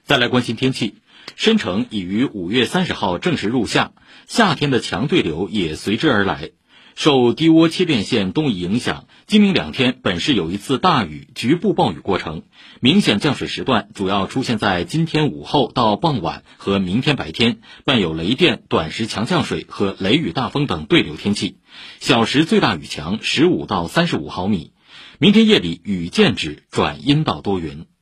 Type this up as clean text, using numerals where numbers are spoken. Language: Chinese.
再来关心天气，申城已于5月30号正式入夏，夏天的强对流也随之而来。受低涡切变线东移影响，今明2天本市有一次大雨局部暴雨过程，明显降水时段主要出现在今天午后到傍晚和明天白天，伴有雷电、短时强降水和雷雨大风等对流天气，小时最大雨强15到35毫米。明天夜里雨渐止，转阴到多云。